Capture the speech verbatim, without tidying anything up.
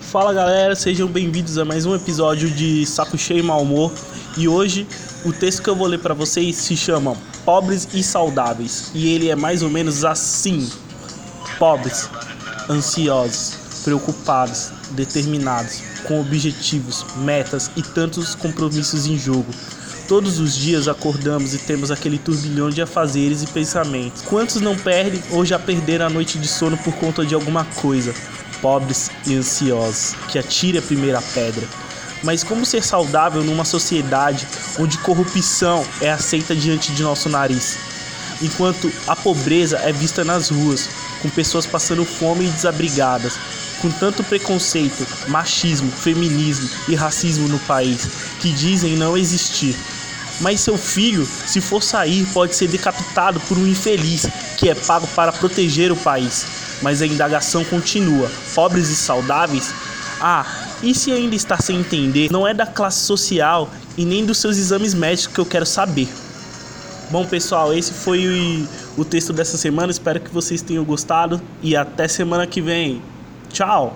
Fala galera, sejam bem-vindos a mais um episódio de Saco Cheio e Mau Humor. E hoje o texto que eu vou ler pra vocês se chama Pobres e Saudáveis. E ele é mais ou menos assim: pobres, ansiosos, preocupados, determinados, com objetivos, metas e tantos compromissos em jogo. Todos os dias acordamos e temos aquele turbilhão de afazeres e pensamentos. Quantos não perdem ou já perderam a noite de sono por conta de alguma coisa? Pobres e ansiosos, que atire a primeira pedra. Mas como ser saudável numa sociedade onde corrupção é aceita diante de nosso nariz? Enquanto a pobreza é vista nas ruas, com pessoas passando fome e desabrigadas, com tanto preconceito, machismo, feminismo e racismo no país, que dizem não existir. Mas seu filho, se for sair, pode ser decapitado por um infeliz que é pago para proteger o país. Mas a indagação continua. Pobres e saudáveis? Ah, e se ainda está sem entender, não é da classe social e nem dos seus exames médicos que eu quero saber. Bom, pessoal, esse foi o, o texto dessa semana. Espero que vocês tenham gostado e até semana que vem. Tchau!